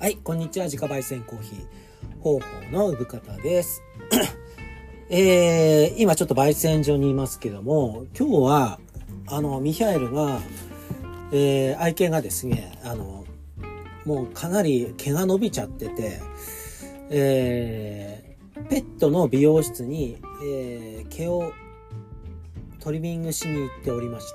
はい、こんにちは。自家焙煎コーヒー方法の産方です。今ちょっと焙煎所にいますけども、今日はミハエルが、愛犬がですね、もうかなり毛が伸びちゃってて、ペットの美容室に、毛をトリミングしに行っておりまして、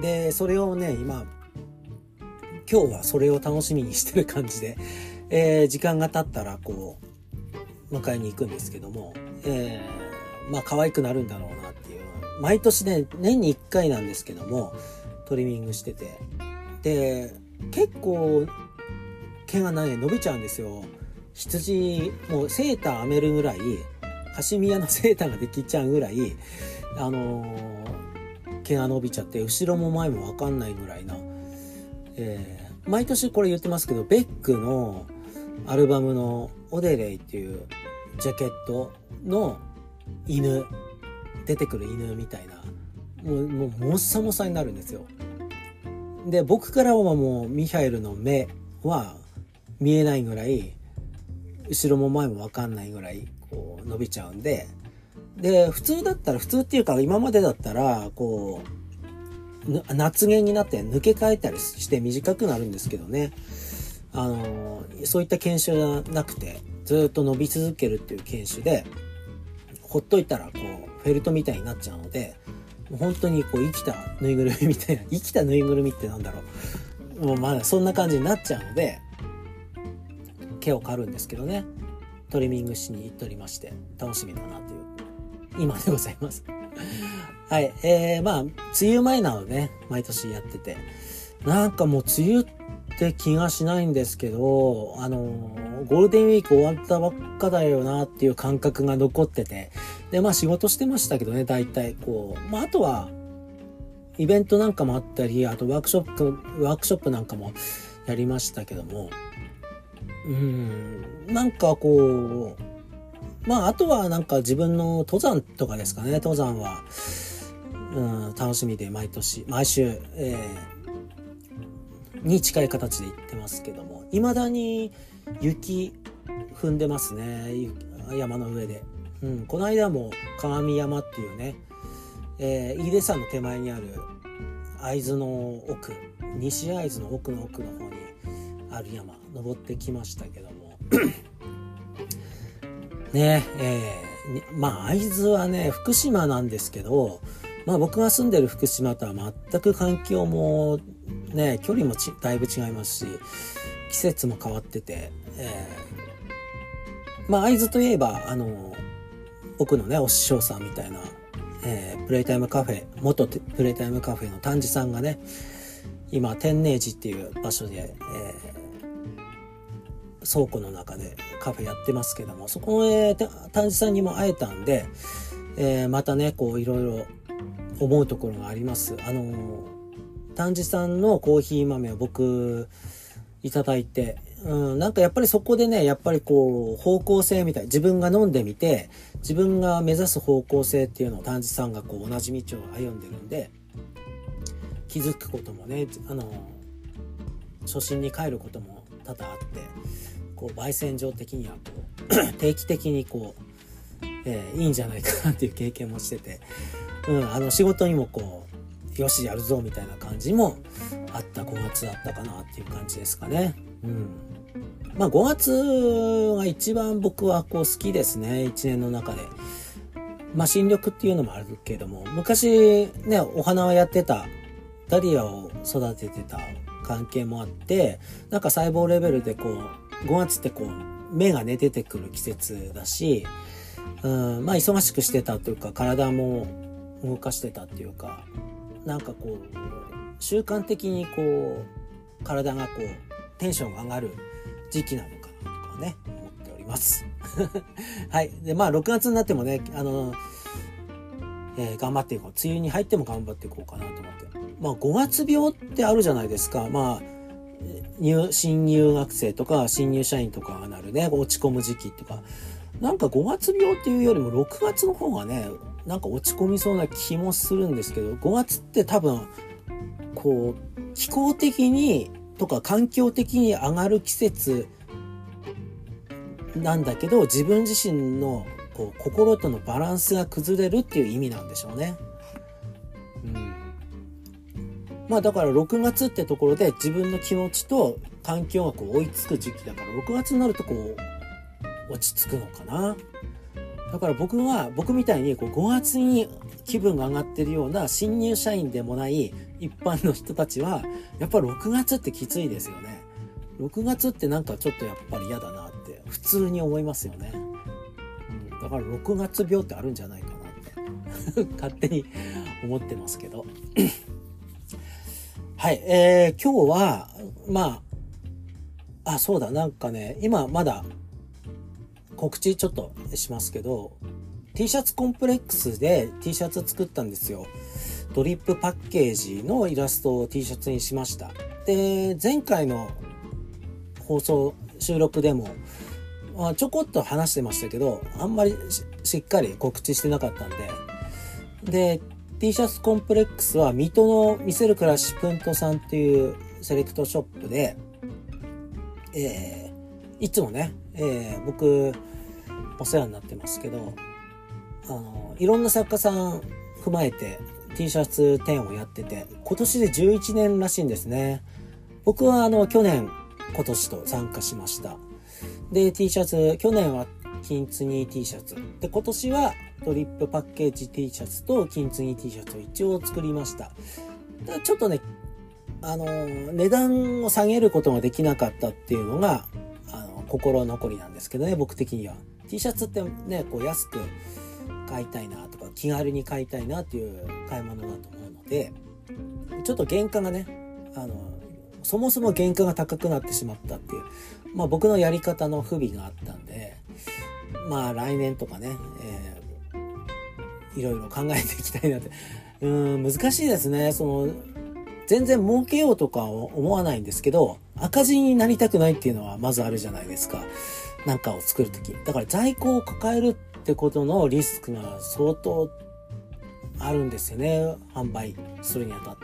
でそれをね今日はそれを楽しみにしてる感じで、時間が経ったらこう迎えに行くんですけども、可愛くなるんだろうなっていう、毎年ね年に1回なんですけどもトリミングしてて、で結構毛がね伸びちゃうんですよ。羊もうセーター編めるぐらい、カシミヤのセーターができちゃうぐらい毛が伸びちゃって、後ろも前も分かんないぐらいな、毎年これ言ってますけど、ベックのアルバムのオデレイっていうジャケットの犬、出てくる犬みたいな、もうもっさもさになるんですよ。で僕からはもうミハエルの目は見えないぐらい、後ろも前も分かんないぐらいこう伸びちゃうんで、普通っていうか今までだったらこう夏毛になって抜け替えたりして短くなるんですけどね、そういった犬種がなくてずっと伸び続けるっていう犬種で、ほっといたらこうフェルトみたいになっちゃうので、本当にこう生きたぬいぐるみみたいな、生きたぬいぐるみってなんだろう、もうまだそんな感じになっちゃうので毛を刈るんですけどね、トリミングしに行っておりまして、楽しみだなという今でございます。はい、梅雨前なのでね、毎年やってて、なんかもう梅雨って気がしないんですけど、ゴールデンウィーク終わったばっかだよなっていう感覚が残ってて、で仕事してましたけどね、大体こう、あとはイベントなんかもあったり、あとワークショップなんかもやりましたけども、なんかこう、あとはなんか自分の登山とかですかね。登山は、楽しみで毎週、に近い形で行ってますけども、未だに雪踏んでますね、山の上で。この間も鏡山っていうね、飯豊山の手前にある会津の奥、西会津の奥の方にある山登ってきましたけどもね、会津はね福島なんですけど、僕が住んでる福島とは全く環境もね、距離もだいぶ違いますし、季節も変わってて、会津といえば僕のねお師匠さんみたいな、プレイタイムカフェ、元プレイタイムカフェの丹治さんがね、今天寧寺っていう場所で、倉庫の中でカフェやってますけども、そこへ丹治さんにも会えたんで、またねこういろいろ思うところがあります。丹治さんのコーヒー豆を僕いただいて、なんかやっぱりそこでね、やっぱりこう方向性みたい、自分が飲んでみて自分が目指す方向性っていうのを丹治さんがこう同じ道を歩んでるんで、気づくこともね、初心に帰ることも多々あって、こう焙煎場的にはこう定期的にこう、いいんじゃないかなっていう経験もしてて、仕事にもこうよしやるぞみたいな感じもあった5月だったかなっていう感じですかね。5月が一番僕はこう好きですね、1年の中で。新緑っていうのもあるけども、昔ねお花をやってた、ダリアを育ててた関係もあって、なんか細胞レベルでこう5月ってこう芽がね出てくる季節だし、忙しくしてたというか、体も動かしてたっていうか、なんかこう習慣的にこう体がこうテンションが上がる時期なのかなとかね思っておりますはい。で6月になってもね頑張っていこう、梅雨に入っても頑張っていこうかなと思って、5月病ってあるじゃないですか。新入学生とか新入社員とかがなるね落ち込む時期とか、なんか5月病っていうよりも6月の方がねなんか落ち込みそうな気もするんですけど、5月って多分こう気候的にとか環境的に上がる季節なんだけど、自分自身のこう心とのバランスが崩れるっていう意味なんでしょうね。まあだから6月ってところで自分の気持ちと環境がこう追いつく時期だから、6月になるとこう落ち着くのかな。だから僕みたいにこう5月に気分が上がってるような新入社員でもない一般の人たちはやっぱ6月ってきついですよね。6月ってなんかちょっとやっぱり嫌だなって普通に思いますよね。だから6月病ってあるんじゃないかなって勝手に思ってますけどはい、今日はそうだ、なんかね、今まだ告知ちょっとしますけど、 T シャツコンプレックスで T シャツ作ったんですよ。ドリップパッケージのイラストを T シャツにしました。で、前回の収録でもちょこっと話してましたけど、あんまり しっかり告知してなかったんで、T シャツコンプレックスは水戸の見せる暮らしプントさんっていうセレクトショップで、いつもね、僕お世話になってますけど、いろんな作家さん踏まえて T シャツ展をやってて、今年で11年らしいんですね。僕は去年今年と参加しました。で T シャツ、去年は金継ぎ T シャツで、今年はドリップパッケージ T シャツと金継ぎ T シャツを一応作りました。ちょっとね、値段を下げることができなかったっていうのが心残りなんですけどね、僕的には。 T シャツってね、こう安く買いたいなとか気軽に買いたいなっていう買い物だと思うので、ちょっと原価がね、そもそも原価が高くなってしまったっていう、僕のやり方の不備があったんで、来年とかね、いろいろ考えていきたいなって。難しいですね。全然儲けようとか思わないんですけど、赤字になりたくないっていうのはまずあるじゃないですか。なんかを作るとき。だから在庫を抱えるってことのリスクが相当あるんですよね。販売するにあたって。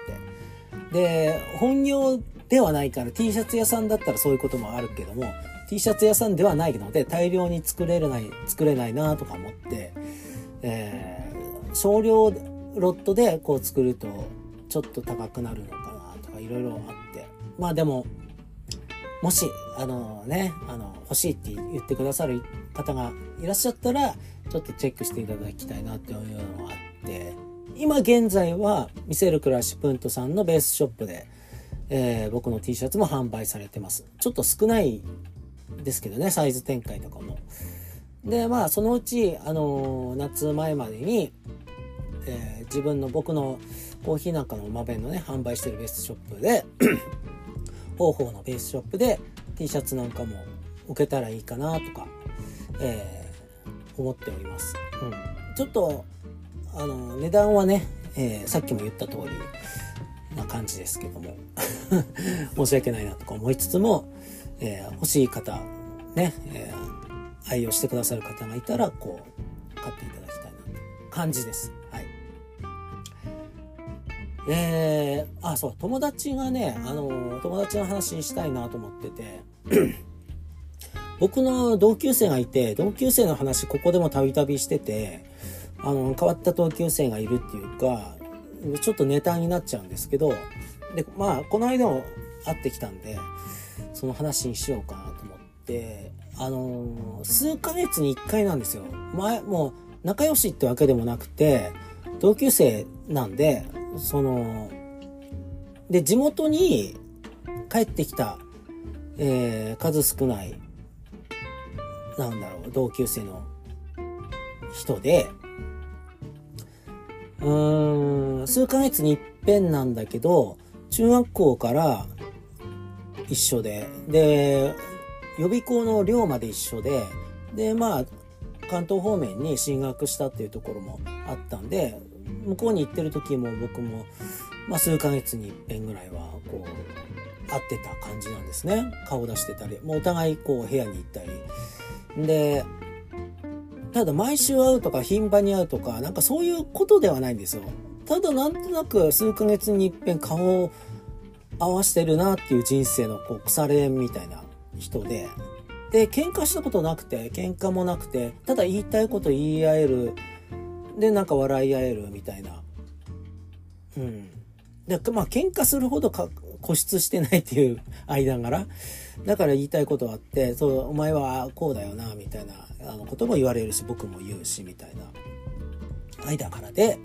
で、本業ではないから T シャツ屋さんだったらそういうこともあるけども、T シャツ屋さんではないので大量に作れないなとか思って、少量ロットでこう作るとちょっと高くなるのかなとかいろいろあって、でももし欲しいって言ってくださる方がいらっしゃったらちょっとチェックしていただきたいなっていうのがあって、今現在は見せる暮らしプントさんのベースショップで、僕の T シャツも販売されてます。ちょっと少ないですけどね、サイズ展開とかも。でそのうち夏前までに、僕のコーヒーなんかの豆のね販売してるベースショップで方法のベースショップで T シャツなんかも受けたらいいかなとか、思っております。ちょっと値段はね、さっきも言った通りな感じですけども申し訳ないなとか思いつつも、欲しい方ね、愛用してくださる方がいたらこう買っていただきたいなって感じです。はい。そう、友達がね、友達の話したいなと思ってて僕の同級生がいて、同級生の話ここでもたびたびしてて、変わった同級生がいるっていうか、ちょっとネタになっちゃうんですけど、でこの間も会ってきたんでその話にしようかなと思って、数ヶ月に1回なんですよ。もう仲良しってわけでもなくて同級生なんで、で地元に帰ってきた、数少ない同級生の人で、数ヶ月に一遍なんだけど、中学校から一緒で、予備校の寮まで一緒で、関東方面に進学したっていうところもあったんで、向こうに行ってる時も僕も、数ヶ月に一遍ぐらいはこう会ってた感じなんですね。顔出してたり、もうお互いこう部屋に行ったりで、ただ毎週会うとか頻繁に会うとかなんかそういうことではないんですよ。ただなんとなく数ヶ月に一遍顔を合わせてるなっていう人生のこう腐れ縁みたいな人で、喧嘩したことなくて、喧嘩もなくて、ただ言いたいこと言い合える。で、なんか笑い合えるみたいな。で、喧嘩するほど固執してないっていう間柄。だから言いたいことがあって、そう、お前はこうだよな、みたいなことも言われるし、僕も言うし、みたいな間柄で、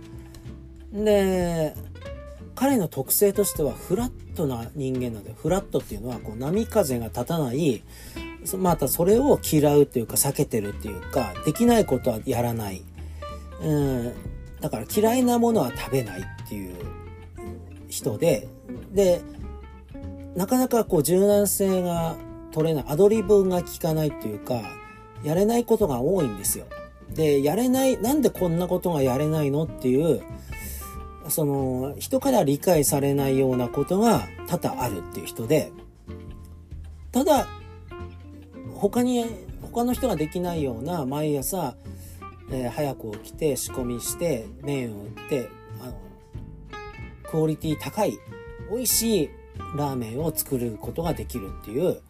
彼の特性としてはフラットな人間なんで、フラットっていうのはこう波風が立たない、またそれを嫌うっていうか避けてるっていうか、できないことはやらない。だから嫌いなものは食べないっていう人で、なかなかこう柔軟性が取れない、アドリブが効かないっていうか、やれないことが多いんですよ。で、なんでこんなことがやれないのっていう、人から理解されないようなことが多々あるっていう人で、ただ、他の人ができないような毎朝、早く起きて仕込みして麺を打ってクオリティ高い美味しいラーメンを作ることができるっていう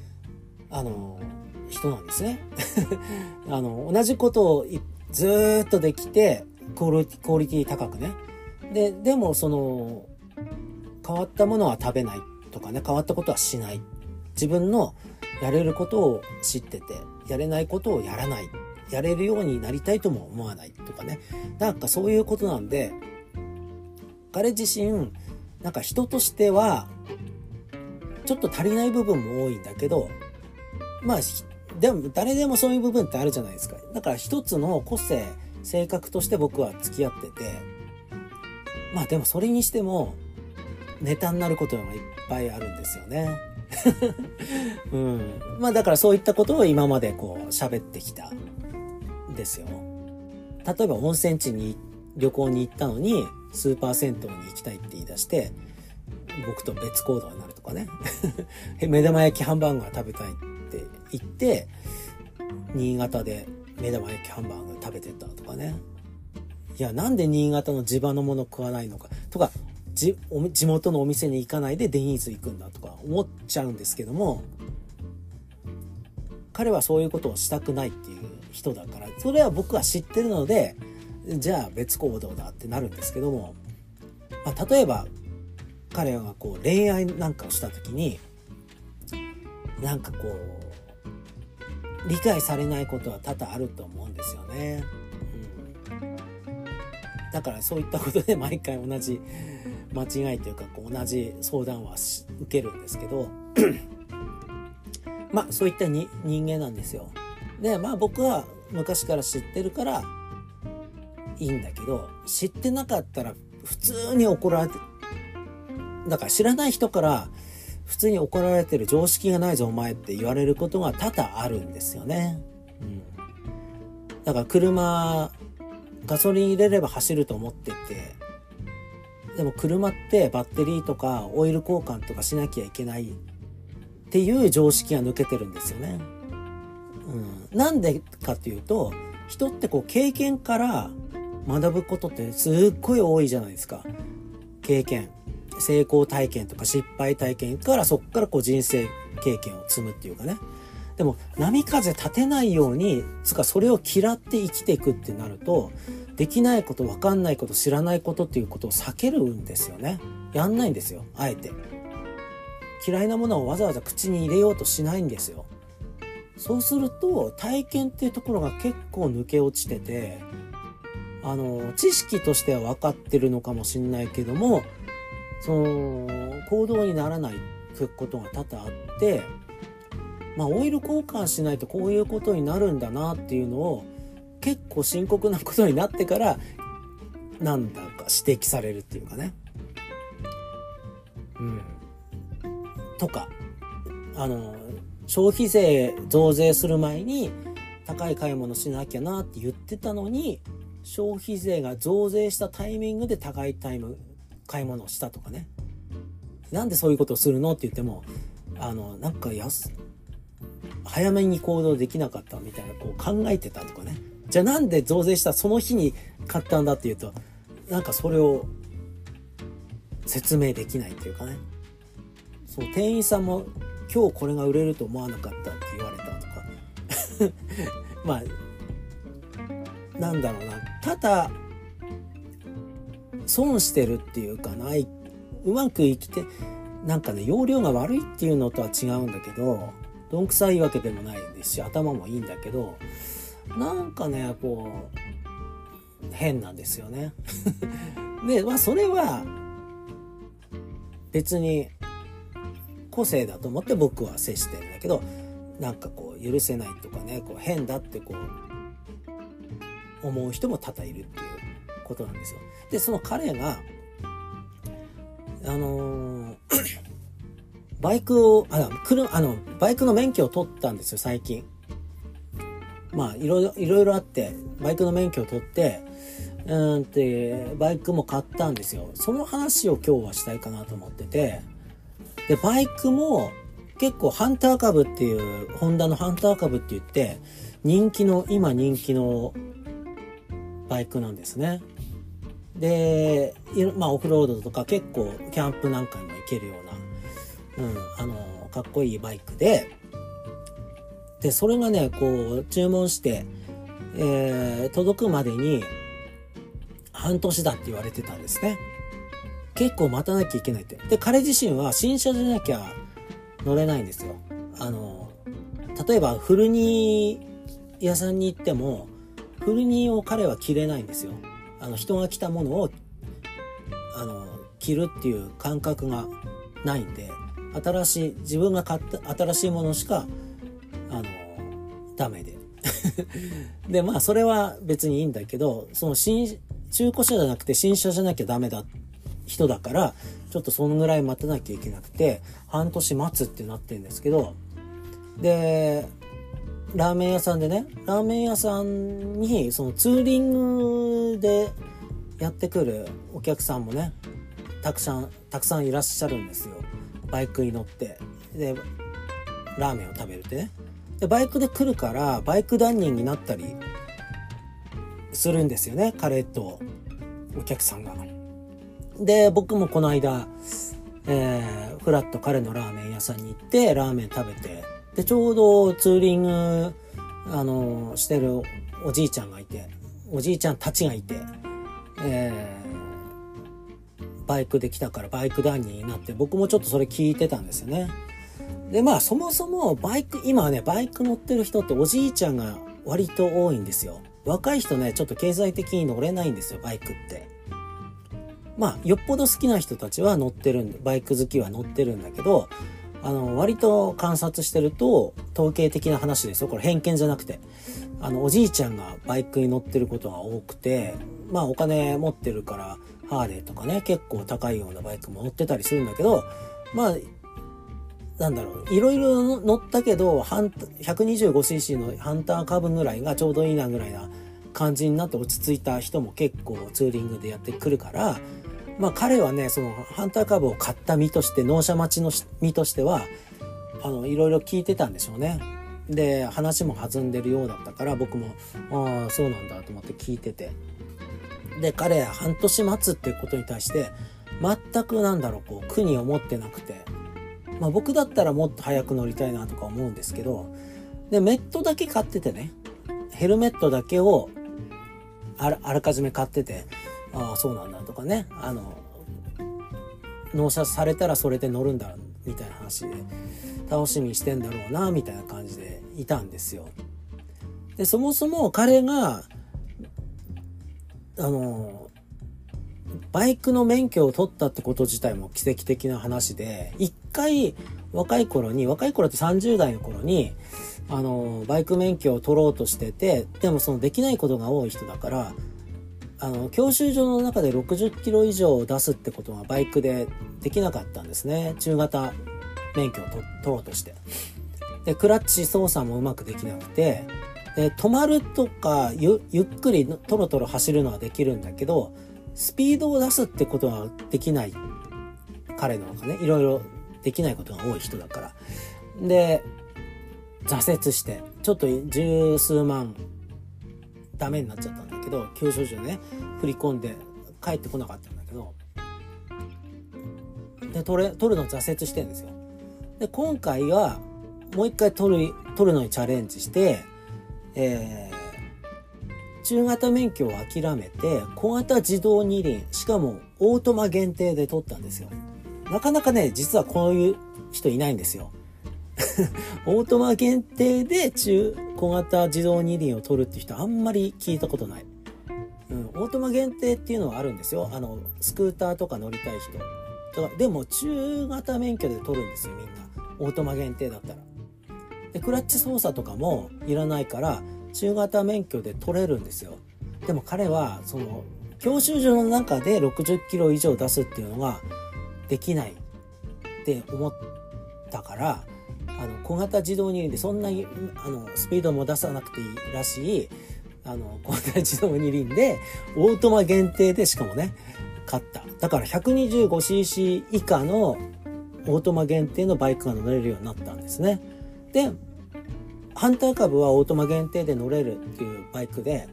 人なんですね。同じことをずーっとできてクオリティ高くね。でも変わったものは食べないとかね、変わったことはしない。自分のやれることを知ってて、やれないことをやらない。やれるようになりたいとも思わないとかね。なんかそういうことなんで、彼自身、なんか人としては、ちょっと足りない部分も多いんだけど、でも誰でもそういう部分ってあるじゃないですか。だから一つの個性、性格として僕は付き合ってて、でもそれにしても、ネタになることがいっぱいあるんですよね。だからそういったことを今までこう喋ってきたんですよ。例えば温泉地に旅行に行ったのにスーパー銭湯に行きたいって言い出して僕と別行動になるとかね。目玉焼きハンバーグが食べたいって言って新潟で目玉焼きハンバーグ食べてたとかね。いや、なんで新潟の地場のもの食わないのかとか、地元のお店に行かないでデニーズ行くんだとか思っちゃうんですけども、彼はそういうことをしたくないっていう人だから、それは僕は知ってるので、じゃあ別行動だってなるんですけども、例えば彼がこう恋愛なんかをした時に、なんかこう理解されないことは多々あると思うんですよね。だからそういったことで毎回同じ間違いというか同じ相談は受けるんですけどそういった人間なんですよ。で僕は昔から知ってるからいいんだけど、知ってなかったら普通に怒られて、だから知らない人から普通に怒られてる、常識がないぞお前って言われることが多々あるんですよね。だからガソリン入れれば走ると思ってて、でも車ってバッテリーとかオイル交換とかしなきゃいけないっていう常識が抜けてるんですよね。なんでかっていうと、人ってこう経験から学ぶことってすっごい多いじゃないですか。経験、成功体験とか失敗体験から、そこからこう人生経験を積むっていうかね。でも波風立てないようにそれを嫌って生きていくってなると、できないこと、分かんないこと、知らないことっていうことを避けるんですよね。やんないんですよ、あえて。嫌いなものをわざわざ口に入れようとしないんですよ。そうすると体験っていうところが結構抜け落ちてて、知識としては分かってるのかもしれないけども、行動にならないことが多々あって、オイル交換しないとこういうことになるんだなっていうのを結構深刻なことになってからなんだか指摘されるっていうかね。とか消費税増税する前に高い買い物しなきゃなって言ってたのに、消費税が増税したタイミングで高い買い物をしたとかね。なんでそういうことをするのって言っても、なんか早めに行動できなかったみたいなこう考えてたとかね。じゃあなんで増税したその日に買ったんだっていうと、なんかそれを説明できないっていうかね。 その店員さんも今日これが売れると思わなかったって言われたとかまあなんだろうな、ただ損してるっていうかな、うまく生きてなんかね、容量が悪いっていうのとは違うんだけど、どんくさいわけでもないですし、頭もいいんだけど、なんかねこう変なんですよねで、まあそれは別に個性だと思って僕は接してるんだけど、なんかこう許せないとかね、こう変だってこう思う人も多々いるっていうことなんですよ。でその彼がバイクの免許を取ったんですよ、最近。まあいろいろあってバイクの免許を取ってバイクも買ったんですよ。その話を今日はしたいかなと思ってて、でバイクも結構ハンター株っていうホンダのハンター株って言って今人気のバイクなんですね。でまあオフロードとか結構キャンプなんかにも行けるような、かっこいいバイクでそれがねこう注文して、届くまでに半年だって言われてたんですね。結構待たなきゃいけないって。で彼自身は新車じゃなきゃ乗れないんですよ。例えば古着屋さんに行っても古着を彼は着れないんですよ。人が着たものを着るっていう感覚がないんで、自分が買った新しいものしかダメででまあそれは別にいいんだけど、その中古車じゃなくて新車じゃなきゃダメだ人だからちょっとそのぐらい待たなきゃいけなくて半年待つってなってるんですけど、でラーメン屋さんにそのツーリングでやってくるお客さんもねたくさんいらっしゃるんですよ。バイクに乗ってでラーメンを食べるってね。でバイクで来るからバイク談人になったりするんですよね、彼とお客さんが。で僕もこの間、フラッと彼のラーメン屋さんに行ってラーメン食べて、でちょうどツーリングしてるおじいちゃんたちがいて、バイクで来たからバイク談義になって、僕もちょっとそれ聞いてたんですよね。でまあそもそも今はねバイク乗ってる人っておじいちゃんが割と多いんですよ。若い人ねちょっと経済的に乗れないんですよ、バイクって。まあよっぽど好きな人たちは乗ってるんで、バイク好きは乗ってるんだけど、割と観察してると統計的な話ですよ、これ偏見じゃなくて、おじいちゃんがバイクに乗ってることが多くて、まあお金持ってるからハーレーとかね結構高いようなバイクも乗ってたりするんだけど、まあなんだろう、いろいろ乗ったけど 125cc のハンター株ぐらいがちょうどいいなぐらいな感じになって落ち着いた人も結構ツーリングでやってくるから、まあ彼はねそのハンター株を買った身として、納車待ちの身としてはいろいろ聞いてたんでしょうね。で話も弾んでるようだったから僕もああそうなんだと思って聞いてて、で彼半年待つっていうことに対して全くこう苦に思ってなくて、まあ僕だったらもっと早く乗りたいなとか思うんですけど、でメットだけ買っててね、ヘルメットだけをあらかじめ買ってて、ああそうなんだとかね、納車されたらそれで乗るんだみたいな話で楽しみにしてんだろうなみたいな感じでいたんですよ。でそもそも彼がバイクの免許を取ったってこと自体も奇跡的な話で、一回若い頃って30代の頃にバイク免許を取ろうとしてて、でもそのできないことが多い人だから教習所の中で60キロ以上を出すってことがバイクでできなかったんですね。中型免許を取ろうとして、でクラッチ操作もうまくできなくて、で止まるとかゆっくりトロトロ走るのはできるんだけどスピードを出すってことはできない彼の中ね、いろいろできないことが多い人だから。で挫折してちょっと十数万ダメになっちゃったんだけど、教習所ね振り込んで帰ってこなかったんだけど、で取るの挫折してんですよ。 で、今回はもう一回取るのにチャレンジして、中型免許を諦めて小型自動二輪、しかもオートマ限定で取ったんですよ。なかなかね、実はこういう人いないんですよ。オートマ限定で小型自動二輪を取るっていう人あんまり聞いたことない。オートマ限定っていうのはあるんですよ。スクーターとか乗りたい人。だからでも中型免許で取るんですよ、みんな。オートマ限定だったら。で、クラッチ操作とかもいらないから、中型免許で取れるんですよ。でも彼は、教習所の中で60キロ以上出すっていうのができないって思ったから、小型自動二輪でそんなに、スピードも出さなくていいらしい、小型自動二輪で、オートマ限定でしかもね、買った。だから 125cc 以下のオートマ限定のバイクが乗れるようになったんですね。で、ハンター株はオートマ限定で乗れるっていうバイクで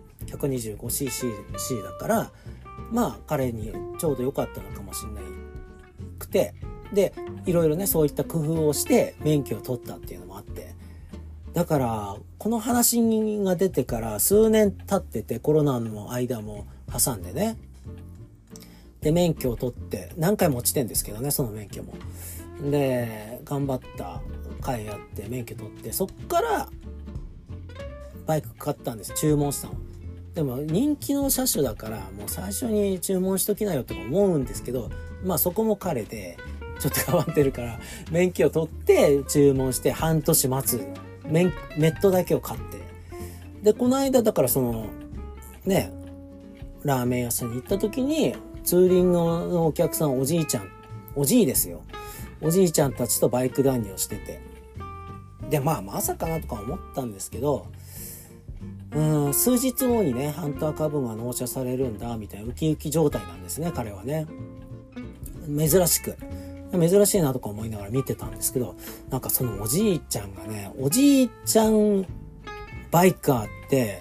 125cc だから、まあ彼にちょうど良かったのかもしれないくて、で、いろいろね、そういった工夫をして免許を取ったっていうのもあって、だからこの話が出てから数年経ってて、コロナの間も挟んでね、で免許を取って何回も落ちてんですけどね、その免許も。で頑張った甲斐あって免許取って、そっからバイク買ったんです。注文したの。でも人気の車種だからもう最初に注文しときなよとか思うんですけど、まあそこも彼でちょっと変わってるから、免許を取って注文して半年待つ、ネットだけを買って、でこの間だからね、ラーメン屋さんに行った時にツーリングのお客さん、おじいちゃん、おじいですよ、おじいちゃんたちとバイク談義をしてて、でまさかなとか思ったんですけど、数日後にね、ハンター株が納車されるんだみたいなウキウキ状態なんですね、彼はね。珍しいなとか思いながら見てたんですけど、なんかそのおじいちゃんがね、おじいちゃんバイカーって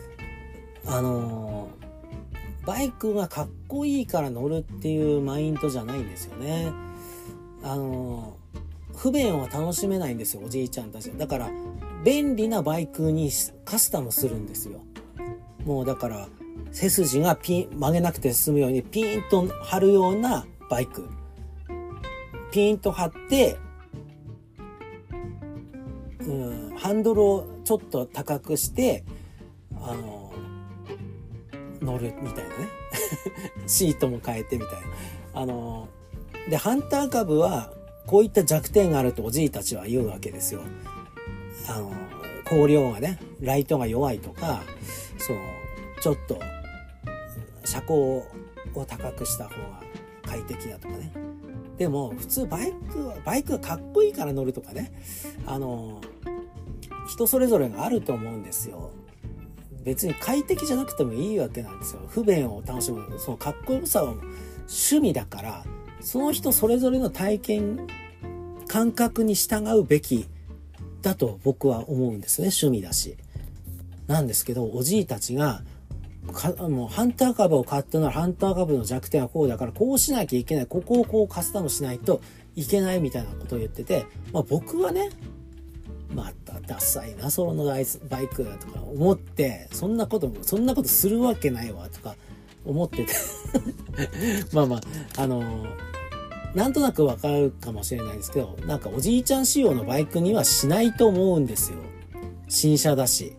バイクがかっこいいから乗るっていうマインドじゃないんですよね。不便を楽しめないんですよ、おじいちゃんたち。だから便利なバイクにカスタムするんですよ。もうだから背筋が曲げなくて済むようにピーンと張るようなバイク、ピーンと張ってハンドルをちょっと高くして乗るみたいなねシートも変えてみたいな。でハンター株はこういった弱点があるとおじいたちは言うわけですよ。光量がね、ライトが弱いとか、ちょっと車高を高くした方が快適だとかね。でも普通バイクがかっこいいから乗るとかね、人それぞれがあると思うんですよ。別に快適じゃなくてもいいわけなんですよ。不便を楽しむ、そのかっこよさは趣味だから、その人それぞれの体験感覚に従うべきだと僕は思うんですね。趣味だし。なんですけど、おじいたちがもうハンター株を買ったならハンター株の弱点はこうだからこうしなきゃいけない、ここをこうカスタムしないといけないみたいなことを言ってて、僕はね、またダサいなそのバイクだとか思って、そんなことするわけないわとか思っててなんとなくわかるかもしれないですけど、なんかおじいちゃん仕様のバイクにはしないと思うんですよ。新車だし。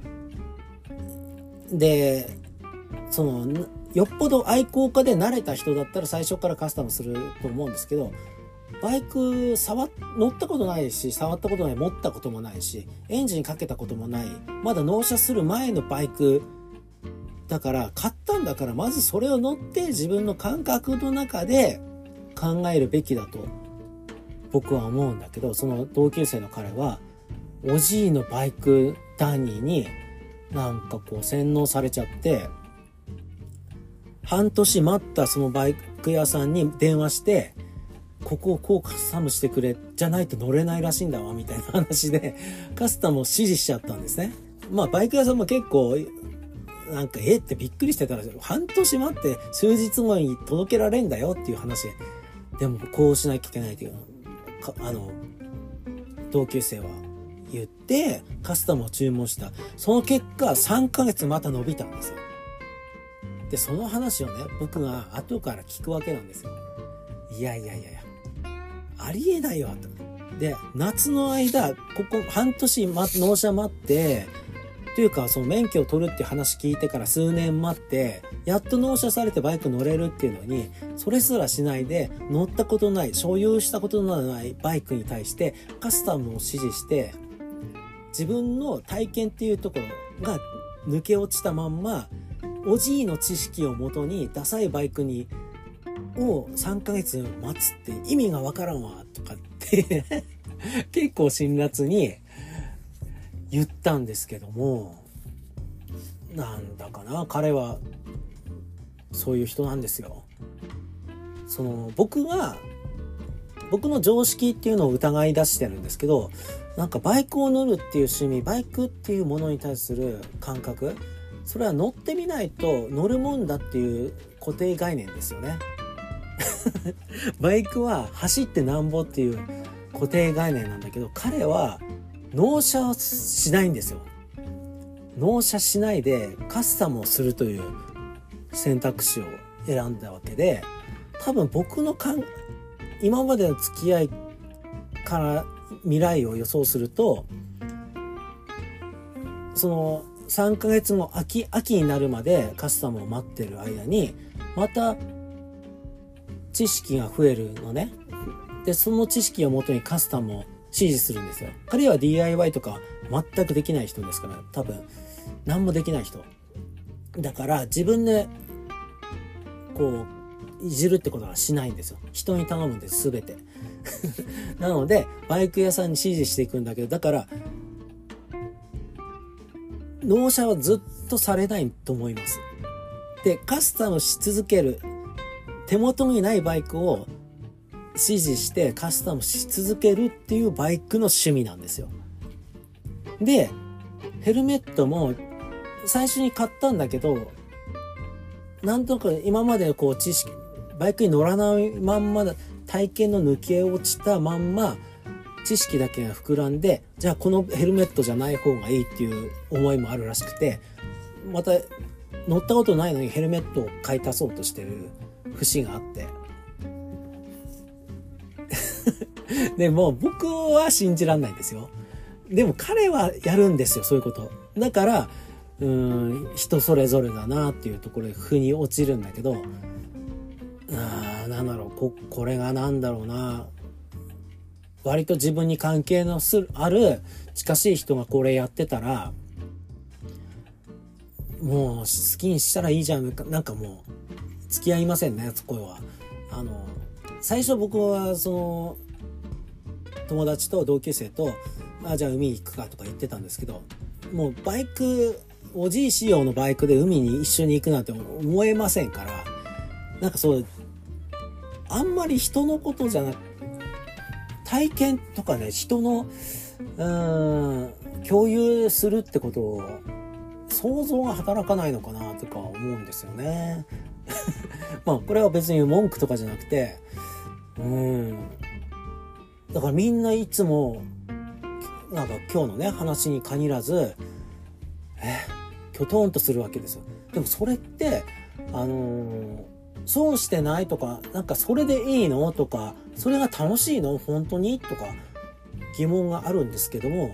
で、よっぽど愛好家で慣れた人だったら最初からカスタムすると思うんですけど、バイク乗ったことないし、触ったことない、持ったこともないし、エンジンかけたこともない、まだ納車する前のバイクだから、買ったんだからまずそれを乗って自分の感覚の中で考えるべきだと僕は思うんだけど、その同級生の彼はおじいのバイク談義になんかこう洗脳されちゃって、半年待ったそのバイク屋さんに電話して、ここをこうカスタムしてくれじゃないと乗れないらしいんだわみたいな話でカスタムを指示しちゃったんですね。バイク屋さんも結構なんかってびっくりしてたら、半年待って数日後に届けられんだよっていう話で、でもこうしなきゃいけないっていう同級生は言って、カスタムを注文した。その結果、3ヶ月また伸びたんですよ。で、その話をね、僕が後から聞くわけなんですよ。いや、ありえないわ、と。で、夏の間、ここ半年納車待って、というか、その免許を取るって話聞いてから数年待って、やっと納車されてバイク乗れるっていうのに、それすらしないで、乗ったことない、所有したことのないバイクに対してカスタムを指示して、自分の体験っていうところが抜け落ちたまんま、おじいの知識をもとにダサいバイクを3ヶ月待つって意味がわからんわ、とかって結構辛辣に言ったんですけども、なんだかな、彼はそういう人なんですよ。僕の常識っていうのを疑い出してるんですけど、なんかバイクを乗るっていう趣味、バイクっていうものに対する感覚、それは乗ってみないと乗るもんだっていう固定概念ですよね。バイクは走ってなんぼっていう固定概念なんだけど、彼は納車しないんですよ。納車しないでカスタムをするという選択肢を選んだわけで、多分僕の今までの付き合いから未来を予想すると、その3ヶ月後秋になるまでカスタムを待ってる間にまた知識が増えるのね。で、その知識をもとにカスタムを指示するんですよ。彼は DIY とか全くできない人ですから、多分何もできない人だから自分でこういじるってことはしないんですよ。人に頼むんです、全て。なのでバイク屋さんに指示していくんだけど、だから納車はずっとされないと思います。で、カスタムし続ける、手元にないバイクを指示してカスタムし続けるっていうバイクの趣味なんですよ。で、ヘルメットも最初に買ったんだけど、なんとか今までこう知識、バイクに乗らないまんま体験の抜け落ちたまんま知識だけが膨らんで、じゃあこのヘルメットじゃない方がいいっていう思いもあるらしくて、また乗ったことないのにヘルメットを買い足そうとしてる節があってでも僕は信じらんないんですよ。でも彼はやるんですよ、そういうこと。だから人それぞれだなっていうところで腑に落ちるんだけど、なんだろう、これがなんだろうな、割と自分に関係のある近しい人がこれやってたら、もう好きにしたらいいじゃん、なんかもう付き合いませんね、そこは。最初僕はその友達と同級生とじゃあ海に行くかとか言ってたんですけど、もうバイク、おじい仕様のバイクで海に一緒に行くなんて思えませんから、なんかそうあんまり人のことじゃなく、体験とかね、人の共有するってことを想像が働かないのかなとか思うんですよね。まあこれは別に文句とかじゃなくて、だからみんないつもなんか今日のね話に限らずきょとんとするわけですよ。でもそれって損してないとか、なんかそれでいいのとか、それが楽しいの本当にとか疑問があるんですけども、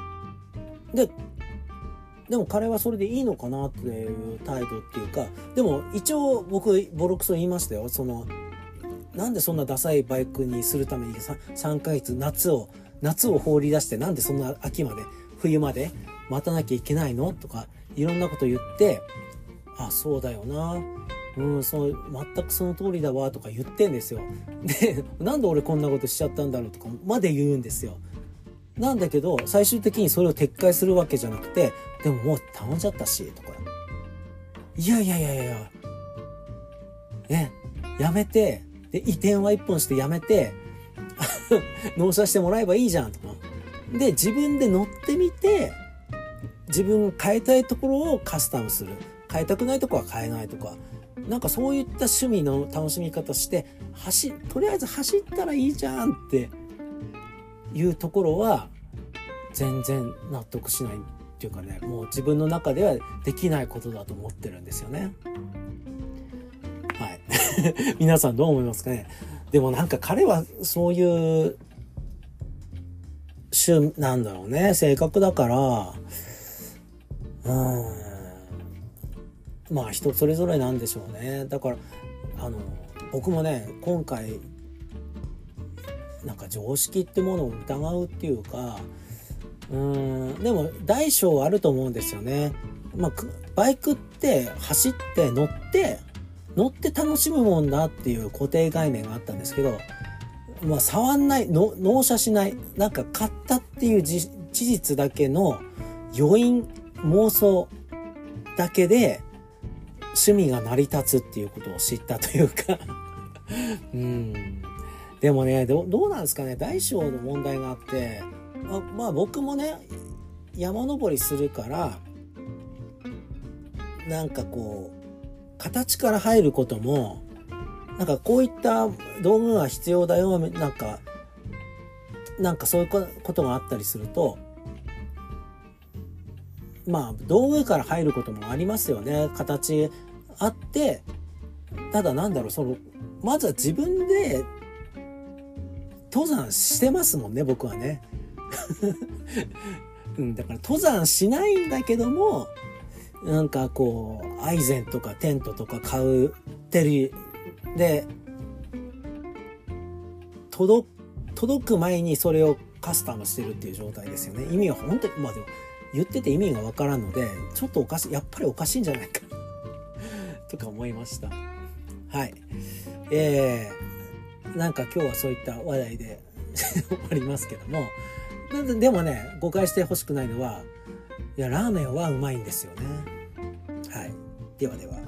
でも彼はそれでいいのかなっていう態度っていうか、でも一応僕ボロクソ言いましたよ。なんでそんなダサいバイクにするために3ヶ月夏を放り出して、なんでそんな秋まで冬まで待たなきゃいけないのとかいろんなこと言って、そうだよな、そう全くその通りだわとか言ってんですよ。で、なんで俺こんなことしちゃったんだろうとかまで言うんですよ。なんだけど最終的にそれを撤回するわけじゃなくて、でももう頼んじゃったしとか、いやね、やめて、で移転は一本してやめて納車してもらえばいいじゃんとかで、自分で乗ってみて、自分変えたいところをカスタムする、変えたくないところは変えないとか、なんかそういった趣味の楽しみ方してとりあえず走ったらいいじゃんっていうところは全然納得しないっていうかね、もう自分の中ではできないことだと思ってるんですよね。はい皆さんどう思いますかね。でもなんか彼はそういうなんだろうね、性格だから、まあ人それぞれなんでしょうね。だから僕もね、今回なんか常識ってものを疑うっていうか、でも大小あると思うんですよね。まあバイクって走って乗って楽しむもんだっていう固定概念があったんですけど、まあ触んないの、納車しない、なんか買ったっていう事実だけの余韻、妄想だけで趣味が成り立つっていうことを知ったというかでもね、どうなんですかね。大小の問題があって、まあ僕もね、山登りするからなんかこう形から入ることも、なんかこういった道具が必要だよ、なんかそういうことがあったりすると、まあ道具から入ることもありますよね。形あって、ただなんだろう、まずは自分で登山してますもんね、僕はねだから登山しないんだけども、なんかこうアイゼンとかテントとか買うてるで、届く前にそれをカスタムしてるっていう状態ですよね。意味は本当に、まあでも言ってて意味がわからんので、ちょっとやっぱりおかしいんじゃないかとか思いました。はい。なんか今日はそういった話題で終わりますけども、でもね、誤解してほしくないのは、いやラーメンはうまいんですよね。はい。ではでは。